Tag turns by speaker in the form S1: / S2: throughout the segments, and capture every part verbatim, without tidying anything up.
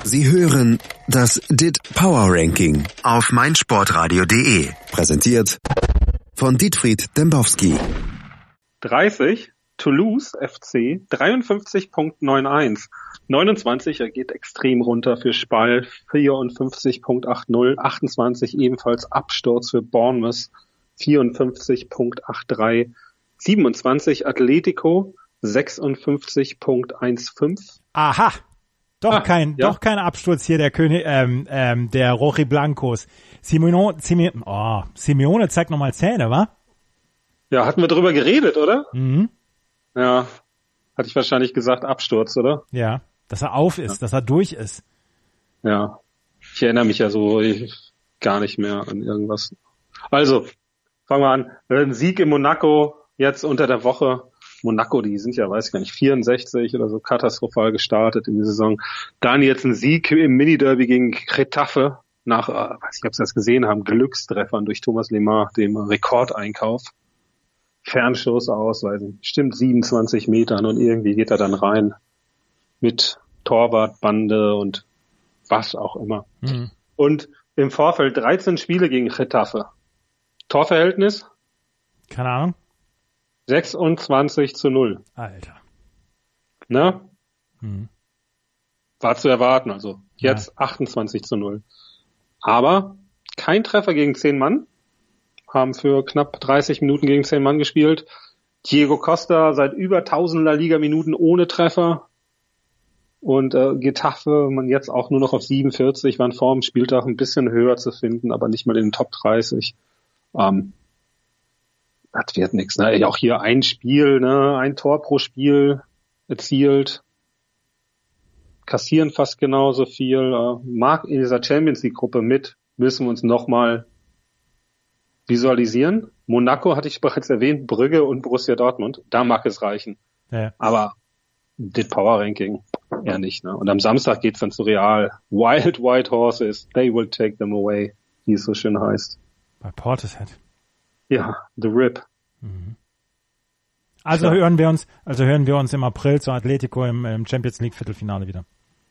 S1: Sie hören das D I T Power Ranking auf meinsportradio punkt de. Präsentiert von Dietfried Dembowski.
S2: dreißig, Toulouse F C, dreiundfünfzig Komma einundneunzig. neunundzwanzig, er geht extrem runter für Spal, vierundfünfzig Komma achtzig. achtundzwanzig, ebenfalls Absturz für Bournemouth, vierundfünfzig Komma dreiundachtzig. siebenundzwanzig, Atletico, sechsundfünfzig Komma fünfzehn.
S3: Aha, doch
S2: ah,
S3: kein,
S2: ja.
S3: doch kein Absturz hier der König, ähm, ähm, der Rojiblancos. Simeone, Simeone, oh, Simeone zeigt nochmal Zähne, wa?
S2: Ja, hatten wir drüber geredet, oder?
S3: Mhm.
S2: Ja, hatte ich wahrscheinlich gesagt Absturz, oder?
S3: Ja, dass er auf ist, ja. dass er durch ist.
S2: Ja, ich erinnere mich ja so gar nicht mehr an irgendwas. Also, fangen wir an. Ein Sieg in Monaco jetzt unter der Woche. Monaco, die sind ja, weiß ich gar nicht, vierundsechzig oder so katastrophal gestartet in die Saison. Dann jetzt ein Sieg im Mini-Derby gegen Getafe nach, äh, weiß ich, ob Sie das gesehen haben, Glückstreffern durch Thomas Lemar, dem Rekordeinkauf. Fernschuss aus, weiß ich, bestimmt siebenundzwanzig Metern und irgendwie geht er dann rein mit Torwartbande und was auch immer. Mhm. Und im Vorfeld dreizehn Spiele gegen Getafe. Torverhältnis?
S3: Keine Ahnung.
S2: sechsundzwanzig zu null.
S3: Alter.
S2: Ne?
S3: Mhm.
S2: War zu erwarten, also jetzt
S3: ja.
S2: achtundzwanzig zu null. Aber kein Treffer gegen zehn Mann. Haben für knapp dreißig Minuten gegen zehn Mann gespielt. Diego Costa seit über tausend La Liga-Minuten ohne Treffer. Und äh, Getafe, man jetzt auch nur noch auf siebenundvierzig, waren vor dem Spieltag ein bisschen höher zu finden, aber nicht mal in den Top dreißig. Ähm, das wird nichts. Ne? Auch hier ein Spiel, ne, ein Tor pro Spiel erzielt. Kassieren fast genauso viel. Äh, mag in dieser Champions League-Gruppe mit, müssen wir uns nochmal visualisieren. Monaco hatte ich bereits erwähnt, Brügge und Borussia Dortmund. Da mag es reichen.
S3: Ja.
S2: Aber das Power Ranking eher nicht. Ne? Und am Samstag geht's dann zu Real. Wild White Horses, they will take them away, wie es so schön heißt.
S3: Bei Portishead.
S2: Ja, The Rip.
S3: Mhm. Also ja. hören wir uns, also hören wir uns im April zu Atletico im, im Champions League Viertelfinale wieder.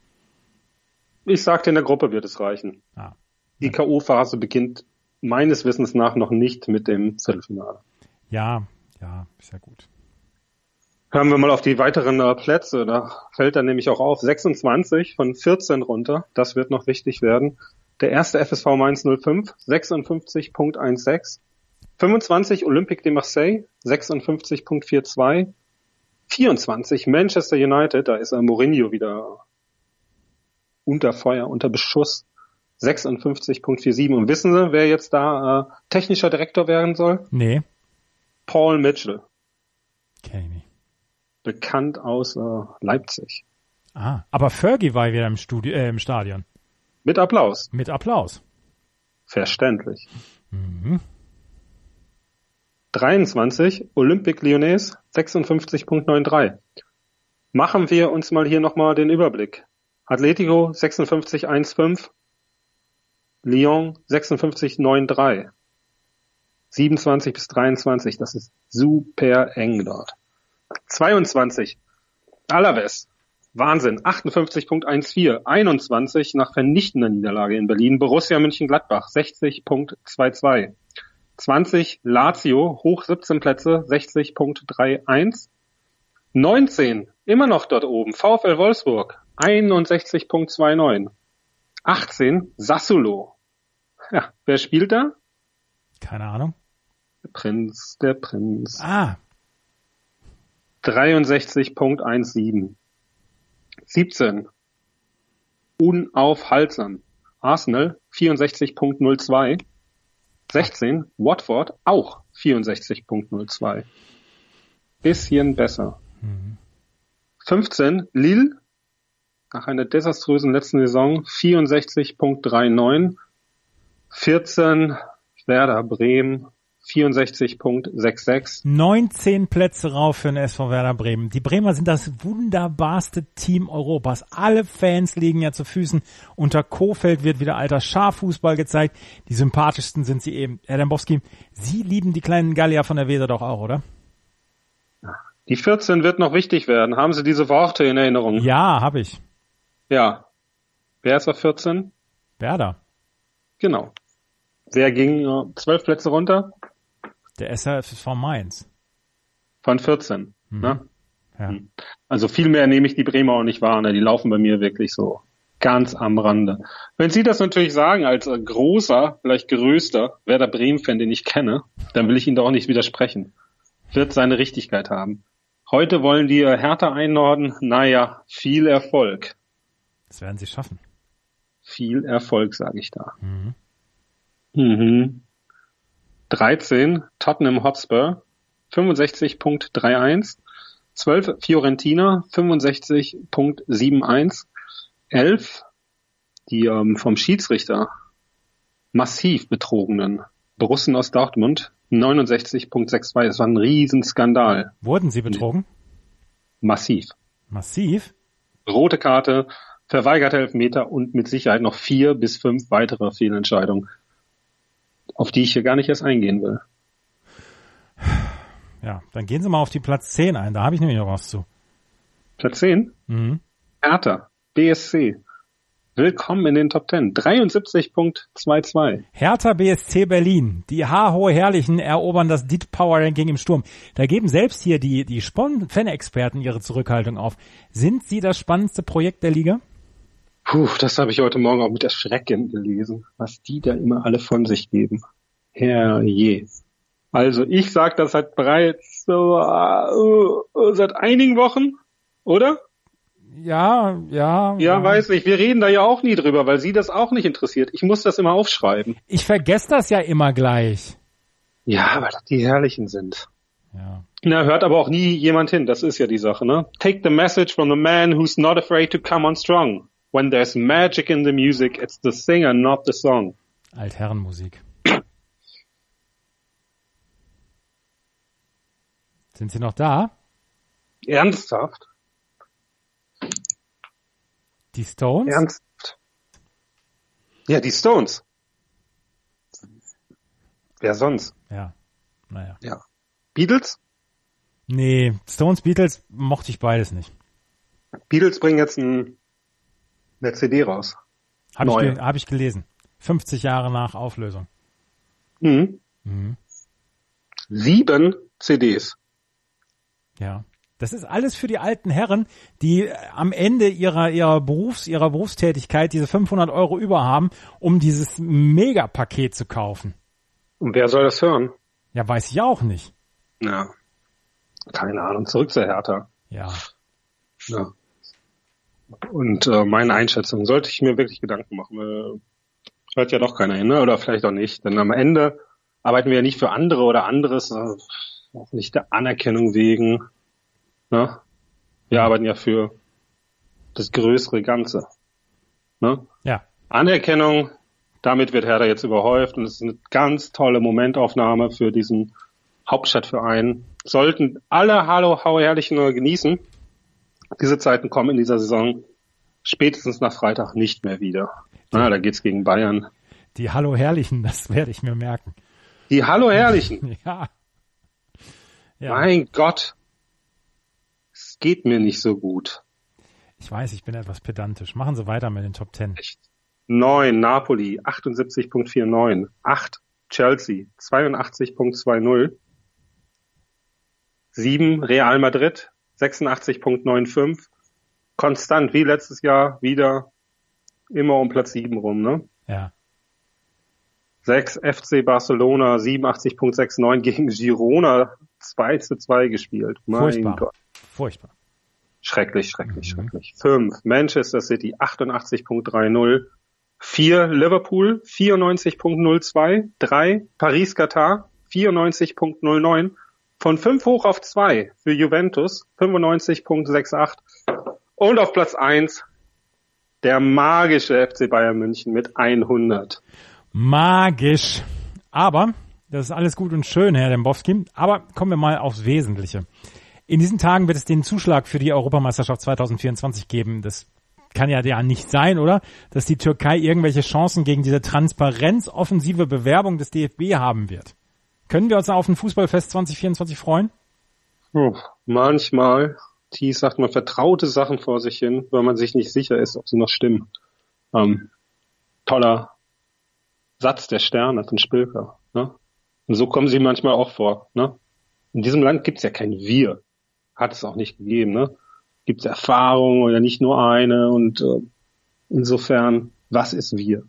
S2: Ich sagte, in der Gruppe wird es reichen.
S3: Ah.
S2: Die K O-Phase beginnt meines Wissens nach noch nicht mit dem Viertelfinale.
S3: Ja, ja, ist ja gut.
S2: Hören wir mal auf die weiteren äh, Plätze. Da fällt dann nämlich auch auf sechsundzwanzig von vierzehn runter. Das wird noch wichtig werden. Der erste F S V Mainz null fünf, sechsundfünfzig Komma sechzehn. fünfundzwanzig Olympique de Marseille, sechsundfünfzig Komma zweiundvierzig. vierundzwanzig Manchester United, da ist äh, Mourinho wieder unter Feuer, unter Beschuss. sechsundfünfzig Komma siebenundvierzig. Und wissen Sie, wer jetzt da äh, technischer Direktor werden soll?
S3: Nee.
S2: Paul Mitchell.
S3: Kenn ich nicht.
S2: Bekannt aus äh, Leipzig.
S3: Ah, aber Fergie war wieder im, Studi- äh, im Stadion.
S2: Mit Applaus.
S3: Mit Applaus.
S2: Verständlich.
S3: Mhm.
S2: dreiundzwanzig Olympique Lyonnais, sechsundfünfzig Komma dreiundneunzig. Machen wir uns mal hier nochmal den Überblick. Atletico sechsundfünfzig Komma fünfzehn. Lyon sechsundfünfzig Komma dreiundneunzig. siebenundzwanzig bis dreiundzwanzig, das ist super eng dort. zweiundzwanzig, Alaves, Wahnsinn, achtundfünfzig Komma vierzehn. einundzwanzig, nach vernichtender Niederlage in Berlin, Borussia Mönchengladbach, sechzig Komma zweiundzwanzig. zwanzig, Lazio, hoch siebzehn Plätze, sechzig Komma einunddreißig. neunzehn, immer noch dort oben, VfL Wolfsburg, einundsechzig Komma neunundzwanzig. achtzehn, Sassuolo. Ja, wer spielt da?
S3: Keine Ahnung.
S2: Der Prinz, der Prinz.
S3: Ah.
S2: dreiundsechzig Komma siebzehn. siebzehn. Unaufhaltsam. Arsenal, vierundsechzig Komma null zwei. sechzehn. Watford, auch vierundsechzig Komma null zwei. Bisschen besser.
S3: Mhm.
S2: fünfzehn. Lille, nach einer desaströsen letzten Saison, vierundsechzig Komma neununddreißig. vierzehn. Werder Bremen, vierundsechzig Komma sechsundsechzig.
S3: neunzehn Plätze rauf für den S V Werder Bremen. Die Bremer sind das wunderbarste Team Europas. Alle Fans liegen ja zu Füßen. Unter Kohfeldt wird wieder alter Schaffußball gezeigt. Die sympathischsten sind sie eben. Herr Dembowski, Sie lieben die kleinen Gallier von der Weser doch auch, oder?
S2: Die vierzehn wird noch wichtig werden. Haben Sie diese Worte in Erinnerung?
S3: Ja, habe ich.
S2: Ja. Wer ist auf vierzehn?
S3: Werder.
S2: Genau. Wer ging äh, zwölf Plätze runter?
S3: Der S R F von Mainz.
S2: Von vierzehn.
S3: Mhm.
S2: Ne?
S3: Ja.
S2: Also viel mehr nehme ich die Bremer auch nicht wahr. Ne? Die laufen bei mir wirklich so ganz am Rande. Wenn Sie das natürlich sagen, als äh, großer, vielleicht größter Werder Bremen-Fan, den ich kenne, dann will ich Ihnen doch auch nicht widersprechen. Wird seine Richtigkeit haben. Heute wollen die äh, Hertha einnorden. Naja, viel Erfolg.
S3: Das werden sie schaffen.
S2: Viel Erfolg, sage ich da.
S3: Mhm.
S2: Mhm. dreizehn, Tottenham Hotspur, fünfundsechzig Komma einunddreißig. zwölf, Fiorentina, fünfundsechzig Komma einundsiebzig. elf, die ähm, vom Schiedsrichter massiv betrogenen Borussen aus Dortmund, neunundsechzig Komma zweiundsechzig. Das war ein Riesenskandal.
S3: Wurden sie betrogen?
S2: Massiv.
S3: Massiv?
S2: Rote Karte, verweigerte Elfmeter und mit Sicherheit noch vier bis fünf weitere Fehlentscheidungen, auf die ich hier gar nicht erst eingehen will.
S3: Ja, dann gehen Sie mal auf die Platz zehn ein. Da habe ich nämlich noch was zu.
S2: Platz zehn?
S3: Mhm.
S2: Hertha, B S C. Willkommen in den Top zehn. dreiundsiebzig Komma zweiundzwanzig.
S3: Hertha B S C Berlin. Die haarhohe Herrlichen erobern das D I T Power Ranking im Sturm. Da geben selbst hier die, die Fan-Experten ihre Zurückhaltung auf. Sind sie das spannendste Projekt der Liga?
S2: Puh, das habe ich heute Morgen auch mit Erschrecken gelesen, was die da immer alle von sich geben. Herrje. Also ich sage das seit bereits so, äh, seit einigen Wochen, oder?
S3: Ja, ja.
S2: Ja, ja, weiß ich. Wir reden da ja auch nie drüber, weil Sie das auch nicht interessiert. Ich muss das immer aufschreiben.
S3: Ich vergesse das ja immer gleich.
S2: Ja, weil das die Herrlichen sind.
S3: Ja.
S2: Na, hört aber auch nie jemand hin. Das ist ja die Sache, ne? Take the message from the man who's not afraid to come on strong. When there's magic in the music, it's the singer, not the song.
S3: Altherrenmusik. Sind Sie noch da?
S2: Ernsthaft?
S3: Die Stones?
S2: Ernsthaft? Ja, die Stones. Wer sonst?
S3: Ja, naja.
S2: Ja. Beatles?
S3: Nee, Stones, Beatles mochte ich beides nicht.
S2: Beatles bringen jetzt ein, eine C D raus.
S3: Habe ich, ge- hab ich gelesen. fünfzig Jahre nach Auflösung.
S2: Mhm.
S3: Mhm.
S2: Sieben C Ds.
S3: Ja. Das ist alles für die alten Herren, die am Ende ihrer, ihrer Berufs, ihrer Berufstätigkeit diese fünfhundert Euro über haben, um dieses Megapaket zu kaufen.
S2: Und wer soll das hören?
S3: Ja, weiß ich auch nicht.
S2: Ja. Keine Ahnung. Zurück zur Hertha.
S3: Ja.
S2: Ja. Und äh, meine Einschätzung, sollte ich mir wirklich Gedanken machen. Äh, hört ja doch keiner hin, ne? Oder vielleicht auch nicht. Denn am Ende arbeiten wir ja nicht für andere oder anderes, äh, auch nicht der Anerkennung wegen. Ne? Wir arbeiten ja für das größere Ganze. Ne?
S3: Ja.
S2: Anerkennung, damit wird Hertha jetzt überhäuft und es ist eine ganz tolle Momentaufnahme für diesen Hauptstadtverein. Sollten alle Hallo Hau Herrlichen genießen. Diese Zeiten kommen in dieser Saison spätestens nach Freitag nicht mehr wieder. Na, da geht's gegen Bayern.
S3: Die Hallo Herrlichen, das werde ich mir merken.
S2: Die Hallo Herrlichen.
S3: Ja. Ja.
S2: Mein Gott. Es geht mir nicht so gut.
S3: Ich weiß, ich bin etwas pedantisch. Machen Sie weiter mit den Top Ten.
S2: Echt? neun Napoli, achtundsiebzig Komma neunundvierzig. acht Chelsea, zweiundachtzig Komma zwanzig. sieben Real Madrid, sechsundachtzig Komma fünfundneunzig. Konstant, wie letztes Jahr, wieder immer um Platz sieben rum, ne?
S3: Ja.
S2: sechs F C Barcelona, siebenundachtzig Komma neunundsechzig gegen Girona zwei zu zwei gespielt. Mein
S3: Furchtbar.
S2: Gott.
S3: Furchtbar.
S2: Schrecklich, schrecklich,
S3: Mhm.
S2: schrecklich. fünf Manchester City, achtundachtzig Komma dreißig. vier Liverpool, vierundneunzig Komma null zwei. drei Paris Katar, vierundneunzig Komma null neun. Von fünf hoch auf zwei für Juventus, fünfundneunzig Komma achtundachtzig. Und auf Platz eins der magische F C Bayern München mit hundert.
S3: Magisch. Aber, das ist alles gut und schön, Herr Dembowski, aber kommen wir mal aufs Wesentliche. In diesen Tagen wird es den Zuschlag für die Europameisterschaft zwanzig vierundzwanzig geben. Das kann ja ja nicht sein, oder? Dass die Türkei irgendwelche Chancen gegen diese transparenzoffensive Bewerbung des D F B haben wird. Können wir uns auf ein Fußballfest zwanzig vierundzwanzig freuen?
S2: Oh, manchmal, Thies sagt man vertraute Sachen vor sich hin, weil man sich nicht sicher ist, ob sie noch stimmen. ähm, toller Satz der Sterne von Spilker. Ne? Und so kommen sie manchmal auch vor. Ne? In diesem Land gibt's ja kein Wir. Hat es auch nicht gegeben. Ne? Gibt's Erfahrung oder nicht nur eine. Und äh, insofern, was ist Wir?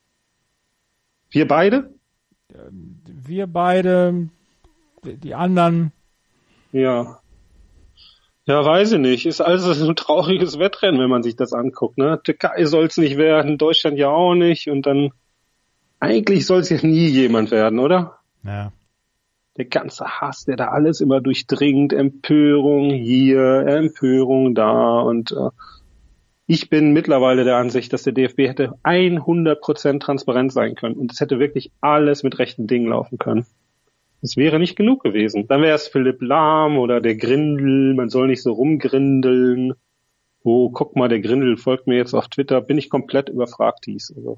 S2: Wir beide?
S3: Wir beide, die anderen.
S2: Ja. Ja, weiß ich nicht. Ist also ein trauriges Wettrennen, wenn man sich das anguckt. Ne? Türkei soll's nicht werden, Deutschland ja auch nicht. Und dann, eigentlich soll's ja nie jemand werden, oder?
S3: Ja.
S2: Der ganze Hass, der da alles immer durchdringt, Empörung hier, Empörung da. Und äh, ich bin mittlerweile der Ansicht, dass der D F B hätte hundert Prozent transparent sein können. Und es hätte wirklich alles mit rechten Dingen laufen können. Es wäre nicht genug gewesen. Dann wäre es Philipp Lahm oder der Grindel, man soll nicht so rumgrindeln. Oh, guck mal, der Grindel folgt mir jetzt auf Twitter, bin ich komplett überfragt hieß. Also,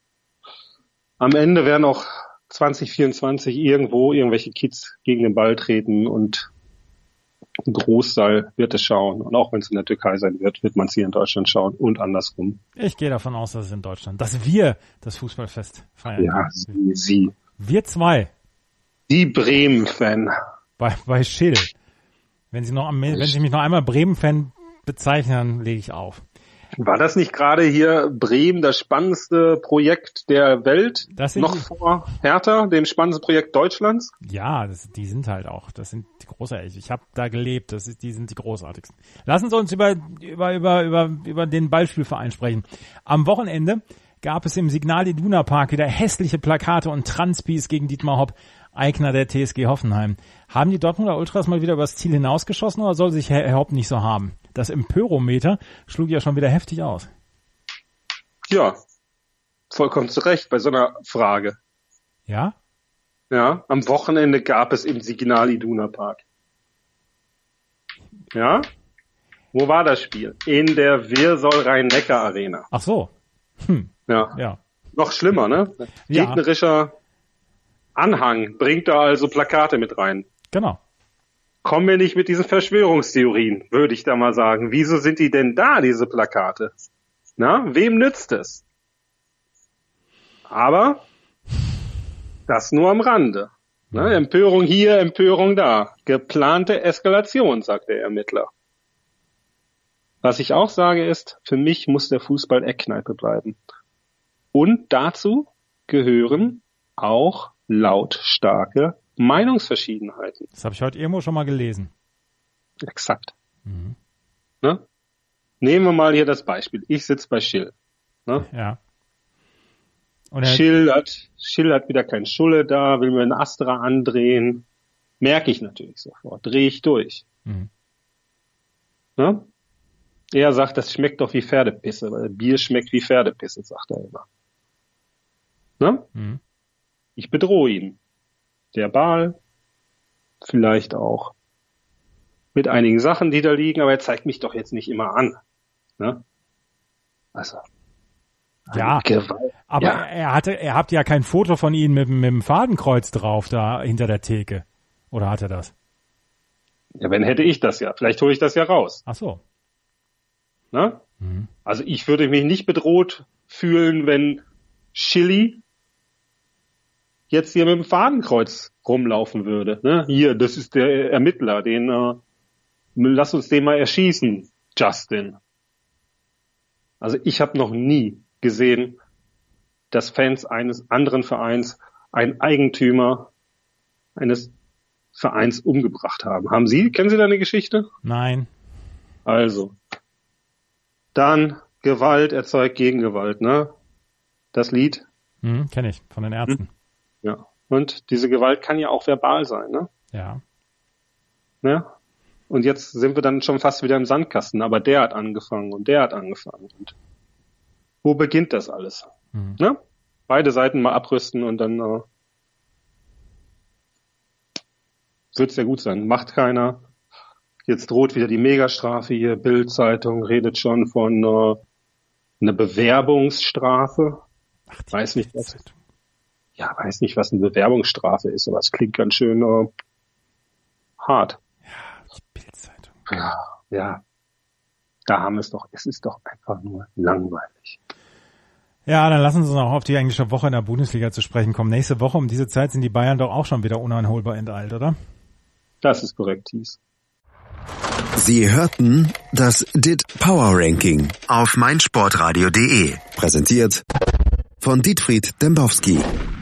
S2: am Ende werden auch zwanzig vierundzwanzig irgendwo irgendwelche Kids gegen den Ball treten und ein Großteil wird es schauen. Und auch wenn es in der Türkei sein wird, wird man es hier in Deutschland schauen und andersrum.
S3: Ich gehe davon aus, dass es in Deutschland, dass wir das Fußballfest feiern.
S2: Ja, sie, sie.
S3: Wir zwei.
S2: Die Bremen-Fan.
S3: Bei, bei Schill. Wenn Sie noch, wenn Sie mich noch einmal Bremen-Fan bezeichnen, dann lege ich auf.
S2: War das nicht gerade hier Bremen das spannendste Projekt der Welt?
S3: Das
S2: noch
S3: die,
S2: vor Hertha, dem spannendsten Projekt Deutschlands?
S3: Ja, das, die sind halt auch, das sind die großartig. Ich habe da gelebt, das ist, die sind die großartigsten. Lassen Sie uns über, über, über, über, über den Ballspielverein sprechen. Am Wochenende gab es im Signal Iduna Park wieder hässliche Plakate und Transpis gegen Dietmar Hopp, Eigner der T S G Hoffenheim. Haben die Dortmunder Ultras mal wieder übers Ziel hinausgeschossen oder soll sich Herr Hopp nicht so haben? Das Empörometer schlug ja schon wieder heftig aus.
S2: Ja, vollkommen zu Recht bei so einer Frage.
S3: Ja?
S2: Ja, am Wochenende gab es im Signal Iduna Park. Ja? Wo war das Spiel? In der Wirsoll Rhein-Neckar Arena.
S3: Ach so. Hm.
S2: Ja.
S3: Ja.
S2: Noch schlimmer, ne?
S3: Ja.
S2: Gegnerischer Anhang bringt da also Plakate mit rein.
S3: Genau.
S2: Kommen wir nicht mit diesen Verschwörungstheorien, würde ich da mal sagen. Wieso sind die denn da, diese Plakate? Na, wem nützt es? Aber das nur am Rande. Ne? Empörung hier, Empörung da. Geplante Eskalation, sagt der Ermittler. Was ich auch sage ist, für mich muss der Fußball Eckkneipe bleiben. Und dazu gehören auch lautstarke Meinungsverschiedenheiten.
S3: Das habe ich heute irgendwo schon mal gelesen.
S2: Exakt.
S3: Mhm.
S2: Ne? Nehmen wir mal hier das Beispiel. Ich sitze bei Schill. Ne?
S3: Ja. Und er,
S2: Schill hat, Schill hat wieder kein Schulle da, will mir einen Astra andrehen. Merke ich natürlich sofort. Drehe ich durch.
S3: Mhm.
S2: Ne? Er sagt, das schmeckt doch wie Pferdepisse, weil Bier schmeckt wie Pferdepisse, sagt er immer. Ne?
S3: Mhm.
S2: Ich bedrohe ihn. Verbal, vielleicht auch mit einigen Sachen, die da liegen, aber er zeigt mich doch jetzt nicht immer an. Ne? Also.
S3: Ja,
S2: Gewalt.
S3: aber
S2: Ja.
S3: er hatte, er habt ja kein Foto von Ihnen mit, mit dem Fadenkreuz drauf da hinter der Theke. Oder hat er das?
S2: Ja, wenn hätte ich das ja. Vielleicht hole ich das ja raus.
S3: Ach so.
S2: Ne?
S3: Mhm.
S2: Also ich würde mich nicht bedroht fühlen, wenn Chili jetzt hier mit dem Fadenkreuz rumlaufen würde. Ne? Hier, das ist der Ermittler, den äh, lass uns den mal erschießen, Justin. Also ich habe noch nie gesehen, dass Fans eines anderen Vereins einen Eigentümer eines Vereins umgebracht haben. Haben Sie, kennen Sie da eine Geschichte?
S3: Nein.
S2: Also, dann Gewalt erzeugt Gegengewalt, ne? Das Lied.
S3: Mhm, kenne ich, von den Ärzten.
S2: Ja. Und diese Gewalt kann ja auch verbal sein, ne?
S3: Ja.
S2: Ja. Und jetzt sind wir dann schon fast wieder im Sandkasten, aber der hat angefangen und der hat angefangen. Und wo beginnt das alles?
S3: Mhm.
S2: Ne? Beide Seiten mal abrüsten und dann äh, wird's ja gut sein. Macht keiner. Jetzt droht wieder die Megastrafe hier. Bild-Zeitung redet schon von äh, einer Bewerbungsstrafe.
S3: Ach, die
S2: Weiß nicht, was,
S3: Zeitung.
S2: ja, weiß nicht, was eine Bewerbungsstrafe ist, aber es klingt ganz schön äh, hart.
S3: Ja, die Bild-Zeitung.
S2: Ja, ja. Da haben wir es doch. Es ist doch einfach nur langweilig.
S3: Ja, dann lassen Sie uns auch auf die englische Woche in der Bundesliga zu sprechen kommen. Nächste Woche um diese Zeit sind die Bayern doch auch schon wieder uneinholbar enteilt, oder?
S2: Das ist korrekt, Thies.
S1: Sie hörten das D I T Power Ranking auf meinsportradio punkt de. Präsentiert von Dietfried Dembowski.